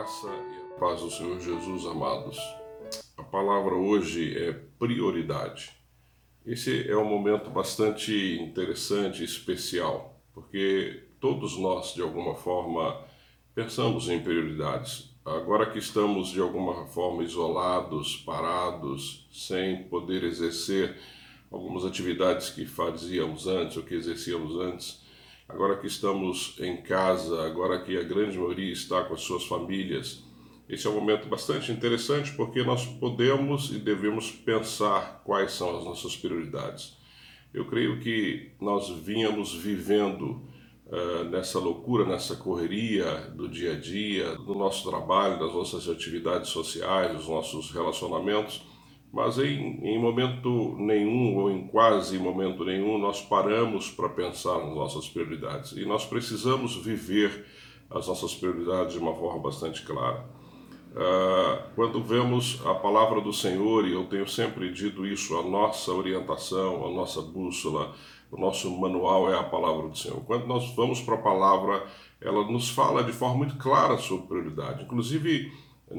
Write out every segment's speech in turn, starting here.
graça e a paz do Senhor Jesus, amados. A palavra hoje é prioridade. Esse é um momento bastante interessante e especial, porque todos nós, de alguma forma, pensamos em prioridades. Agora que estamos, de alguma forma, isolados, parados, sem poder exercer algumas atividades que fazíamos antes ou que exercíamos antes, agora que estamos em casa, agora que a grande maioria está com as suas famílias, esse é um momento bastante interessante porque nós podemos e devemos pensar quais são as nossas prioridades. Eu creio que nós vínhamos vivendo nessa loucura, nessa correria do dia a dia, do nosso trabalho, das nossas atividades sociais, dos nossos relacionamentos, mas em momento nenhum, ou em quase momento nenhum, nós paramos para pensar nas nossas prioridades. E nós precisamos viver as nossas prioridades de uma forma bastante clara. Quando vemos a palavra do Senhor, e eu tenho sempre dito isso, a nossa orientação, a nossa bússola, o nosso manual é a palavra do Senhor. Quando nós vamos para a palavra, ela nos fala de forma muito clara sobre prioridade. Inclusive,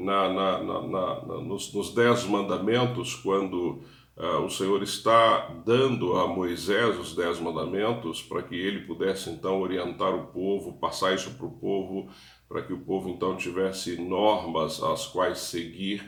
nos 10 mandamentos, quando o Senhor está dando a Moisés os 10 mandamentos para que ele pudesse então orientar o povo, passar isso para o povo, para que o povo então tivesse normas às quais seguir.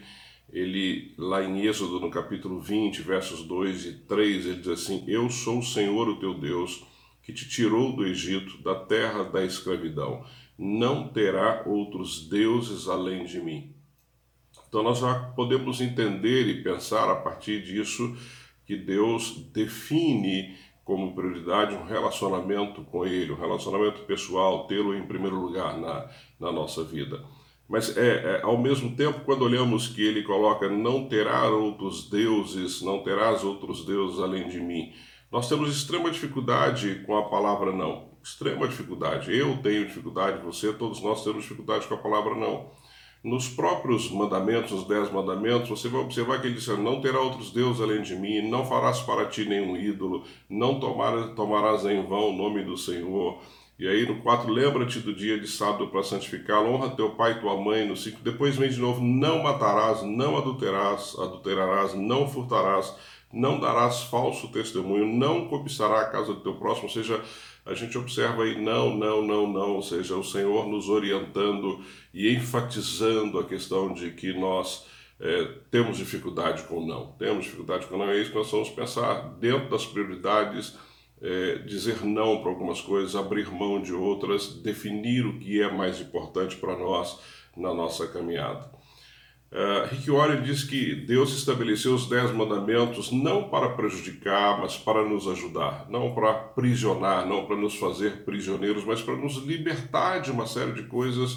Ele, lá em Êxodo, no capítulo 20, versos 2 e 3, ele diz assim: Eu sou o Senhor, o teu Deus, que te tirou do Egito, da terra da escravidão. Não terá outros deuses além de mim. Então nós já podemos entender e pensar a partir disso que Deus define como prioridade um relacionamento com Ele, um relacionamento pessoal, tê-lo em primeiro lugar na nossa vida. Mas ao mesmo tempo, quando olhamos que Ele coloca não terá outros deuses, não terás outros deuses além de mim, nós temos extrema dificuldade com a palavra não. Extrema dificuldade. Eu tenho dificuldade, você, todos nós temos dificuldade com a palavra não. Nos próprios mandamentos, os 10 mandamentos, você vai observar que ele diz: não terá outros deuses além de mim, não farás para ti nenhum ídolo, não tomarás em vão o nome do Senhor. E aí no 4, lembra-te do dia de sábado para santificá-lo, honra teu pai e tua mãe. No 5, depois vem de novo: não matarás, não adulterarás, não furtarás, não darás falso testemunho, não cobiçará a casa do teu próximo. Ou seja, a gente observa aí não, ou seja, o Senhor nos orientando e enfatizando a questão de que nós temos dificuldade com não. Temos dificuldade com não, é isso que nós vamos pensar dentro das prioridades, dizer não para algumas coisas, abrir mão de outras, definir o que é mais importante para nós na nossa caminhada. Rick Warren diz que Deus estabeleceu os 10 mandamentos não para prejudicar, mas para nos ajudar, não para aprisionar, não para nos fazer prisioneiros, mas para nos libertar de uma série de coisas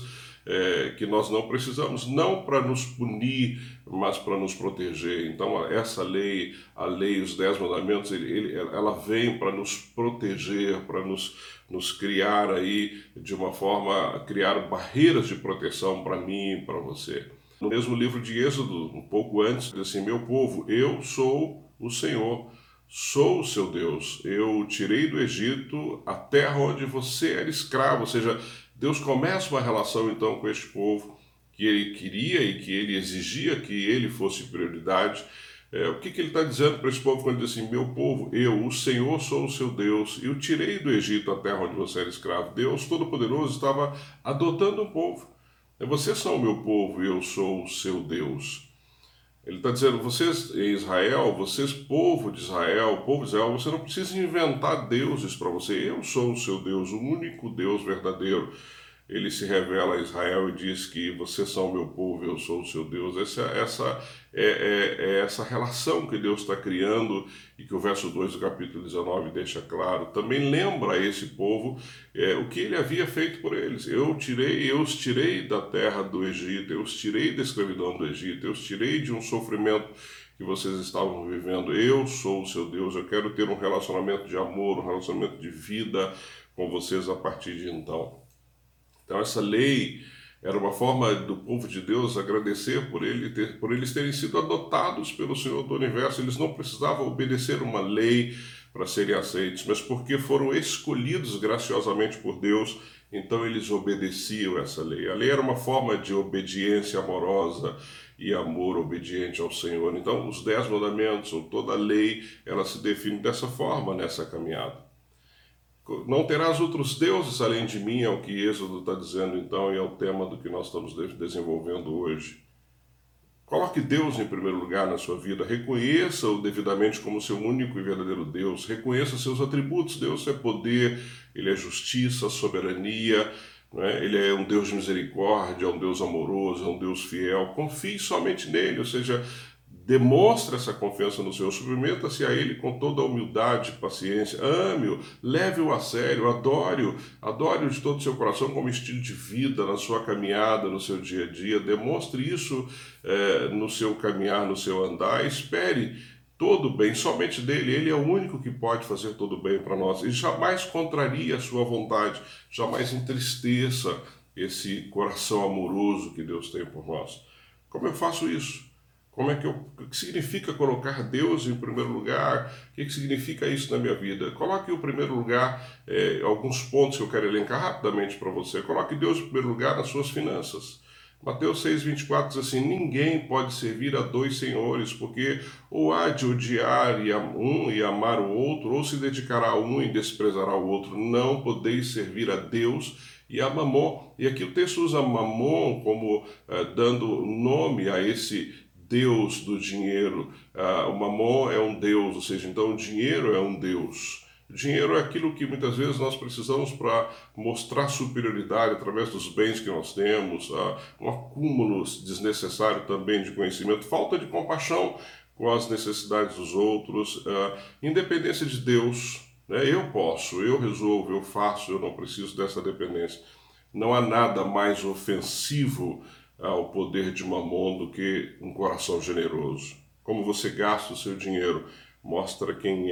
que nós não precisamos, não para nos punir, mas para nos proteger. Então essa lei, a lei, os 10 mandamentos, ela vem para nos proteger, para nos criar aí de uma forma, criar barreiras de proteção para mim e para você. No mesmo livro de Êxodo, um pouco antes, diz assim: meu povo, eu sou o Senhor, sou o seu Deus. Eu o tirei do Egito, a terra onde você era escravo. Ou seja, Deus começa uma relação então com este povo que ele queria e que ele exigia que ele fosse prioridade. O que ele está dizendo para esse povo quando diz assim: meu povo, eu, o Senhor, sou o seu Deus, e o tirei do Egito, a terra onde você era escravo. Deus Todo-Poderoso estava adotando um povo. Vocês são o meu povo e eu sou o seu Deus. Ele está dizendo: vocês em Israel, vocês povo de Israel, você não precisa inventar deuses para você. Eu sou o seu Deus, o único Deus verdadeiro. Ele se revela a Israel e diz que vocês são o meu povo e eu sou o seu Deus. Essa é essa relação que Deus está criando e que o verso 2 do capítulo 19 deixa claro. Também lembra a esse povo o que ele havia feito por eles. Eu os tirei da terra do Egito, eu os tirei da escravidão do Egito, eu os tirei de um sofrimento que vocês estavam vivendo. Eu sou o seu Deus, eu quero ter um relacionamento de amor, um relacionamento de vida com vocês a partir de então. Então essa lei era uma forma do povo de Deus agradecer por eles terem sido adotados pelo Senhor do Universo. Eles não precisavam obedecer uma lei para serem aceitos, mas porque foram escolhidos graciosamente por Deus, então eles obedeciam essa lei. A lei era uma forma de obediência amorosa e amor obediente ao Senhor. Então, os 10 mandamentos, ou toda a lei, ela se define dessa forma nessa caminhada. Não terás outros deuses além de mim, é o que Êxodo está dizendo então, e é o tema do que nós estamos desenvolvendo hoje. Coloque Deus em primeiro lugar na sua vida, reconheça-o devidamente como seu único e verdadeiro Deus, reconheça seus atributos. Deus é poder, Ele é justiça, soberania, não é? Ele é um Deus de misericórdia, é um Deus amoroso, é um Deus fiel. Confie somente nele, ou seja, demonstre essa confiança no Senhor, submeta-se a Ele com toda a humildade e paciência, ame-o, leve-o a sério, adore-o de todo o seu coração como estilo de vida, na sua caminhada, no seu dia a dia, demonstre isso no seu caminhar, no seu andar, espere todo bem, somente dele, ele é o único que pode fazer todo bem para nós, e jamais contraria a sua vontade, jamais entristeça esse coração amoroso que Deus tem por nós. Como eu faço isso? O que significa colocar Deus em primeiro lugar? O que significa isso na minha vida? Coloque em primeiro lugar alguns pontos que eu quero elencar rapidamente para você. Coloque Deus em primeiro lugar nas suas finanças. Mateus 6,24 diz assim: ninguém pode servir a dois senhores, porque ou há de odiar um e amar o outro, ou se dedicará a um e desprezará o outro. Não podeis servir a Deus e a Mamon. E aqui o texto usa Mamon como dando nome a esse Deus do dinheiro. O Mamon é um Deus, ou seja, então o dinheiro é um Deus. O dinheiro é aquilo que muitas vezes nós precisamos para mostrar superioridade através dos bens que nós temos, um acúmulo desnecessário também de conhecimento, falta de compaixão com as necessidades dos outros, independência de Deus. Né? Eu posso, eu resolvo, eu faço, eu não preciso dessa dependência. Não há nada mais ofensivo ao poder de Mamon do que um coração generoso. Como você gasta o seu dinheiro mostra quem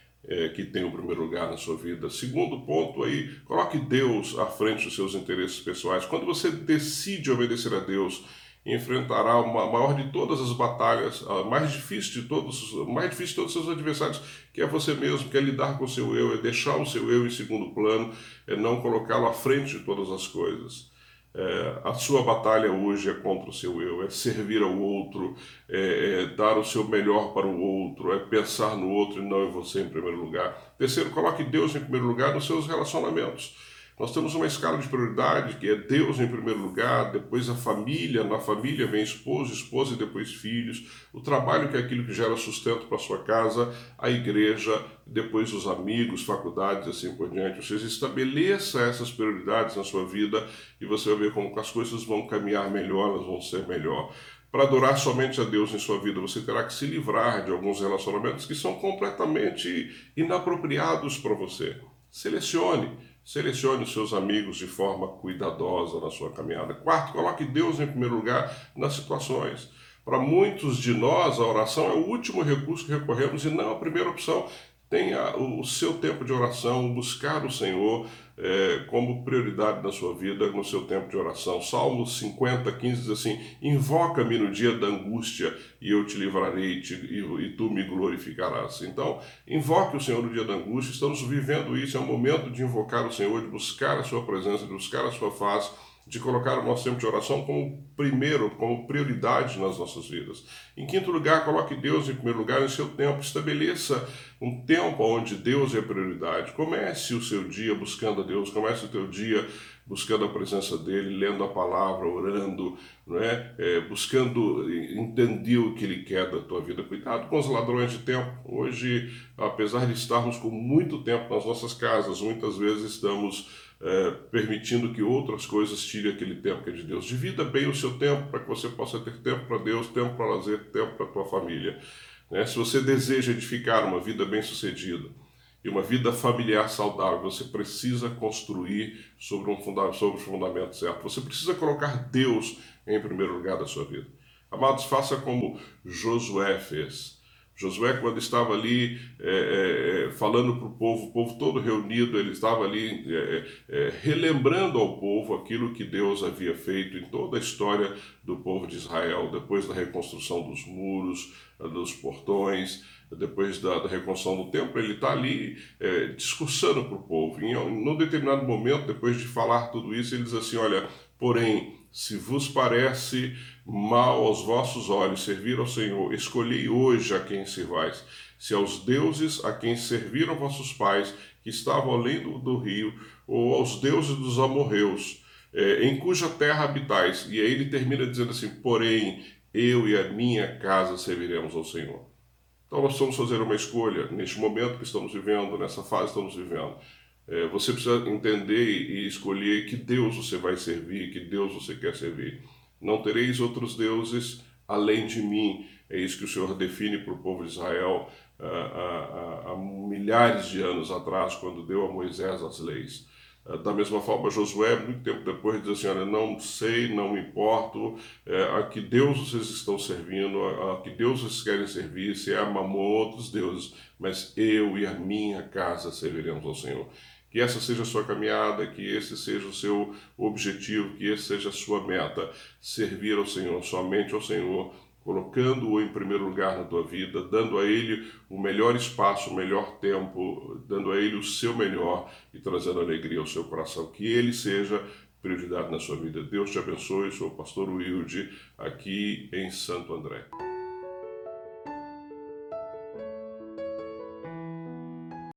que tem o primeiro lugar na sua vida. Segundo ponto aí, coloque Deus à frente dos seus interesses pessoais. Quando você decide obedecer a Deus, enfrentará uma maior de todas as batalhas, a mais difícil de todos os seus adversários, que é você mesmo, que é lidar com o seu eu, é deixar o seu eu em segundo plano, é não colocá-lo à frente de todas as coisas. A sua batalha hoje é contra o seu eu, é servir ao outro, é dar o seu melhor para o outro, é pensar no outro e não em você em primeiro lugar. Terceiro, coloque Deus em primeiro lugar nos seus relacionamentos. Nós temos uma escala de prioridade que é Deus em primeiro lugar, depois a família, na família vem esposa e depois filhos, o trabalho que é aquilo que gera sustento para a sua casa, a igreja, depois os amigos, faculdades, assim por diante. Ou seja, estabeleça essas prioridades na sua vida e você vai ver como as coisas vão caminhar melhor, elas vão ser melhor. Para adorar somente a Deus em sua vida, você terá que se livrar de alguns relacionamentos que são completamente inapropriados para você. Selecione os seus amigos de forma cuidadosa na sua caminhada. Quarto, coloque Deus em primeiro lugar nas situações. Para muitos de nós, a oração é o último recurso que recorremos e não a primeira opção. Tenha o seu tempo de oração, buscar o Senhor como prioridade na sua vida, no seu tempo de oração. Salmo 50:15 diz assim: invoca-me no dia da angústia e eu te livrarei e tu me glorificarás. Então, invoque o Senhor no dia da angústia. Estamos vivendo isso, é o momento de invocar o Senhor, de buscar a sua presença, de buscar a sua face, de colocar o nosso tempo de oração como primeiro, como prioridade nas nossas vidas. Em quinto lugar, coloque Deus em primeiro lugar em seu tempo. Estabeleça um tempo onde Deus é prioridade. Comece o seu dia buscando a Deus, comece o teu dia buscando a presença dEle, lendo a palavra, orando, não é? Buscando entender o que Ele quer da tua vida. Cuidado com os ladrões de tempo. Hoje, apesar de estarmos com muito tempo nas nossas casas, muitas vezes estamos permitindo que outras coisas tirem aquele tempo que é de Deus. Divida bem o seu tempo para que você possa ter tempo para Deus, tempo para lazer, tempo para a tua família. Se você deseja edificar uma vida bem-sucedida e uma vida familiar saudável, você precisa construir sobre o fundamento certo. Você precisa colocar Deus em primeiro lugar da sua vida. Amados, faça como Josué fez. Josué, quando estava ali falando para o povo todo reunido, ele estava ali relembrando ao povo aquilo que Deus havia feito em toda a história do povo de Israel, depois da reconstrução dos muros, dos portões, depois da reconstrução do templo, ele está ali discursando para o povo. Num determinado momento, depois de falar tudo isso, ele diz assim, olha, porém, se vos parece mal aos vossos olhos servir ao Senhor, escolhei hoje a quem servais. Se aos deuses a quem serviram vossos pais, que estavam além do rio, ou aos deuses dos amorreus, em cuja terra habitais. E aí ele termina dizendo assim, porém, eu e a minha casa serviremos ao Senhor. Então nós precisamos fazer uma escolha neste momento que estamos vivendo, nessa fase que estamos vivendo. Você precisa entender e escolher que Deus você vai servir, que Deus você quer servir. Não tereis outros deuses além de mim. É isso que o Senhor define para o povo de Israel há milhares de anos atrás, quando deu a Moisés as leis. Da mesma forma, Josué, muito tempo depois, diz assim, olha, não sei, não me importo a que Deus vocês estão servindo, a que Deus vocês querem servir, se é a Mamon ou outros deuses, mas eu e a minha casa serviremos ao Senhor. Que essa seja a sua caminhada, que esse seja o seu objetivo, que esse seja a sua meta, servir ao Senhor, somente ao Senhor, colocando-o em primeiro lugar na tua vida, dando a Ele o melhor espaço, o melhor tempo, dando a Ele o seu melhor e trazendo alegria ao seu coração. Que Ele seja prioridade na sua vida. Deus te abençoe. Sou o pastor Wilde, aqui em Santo André.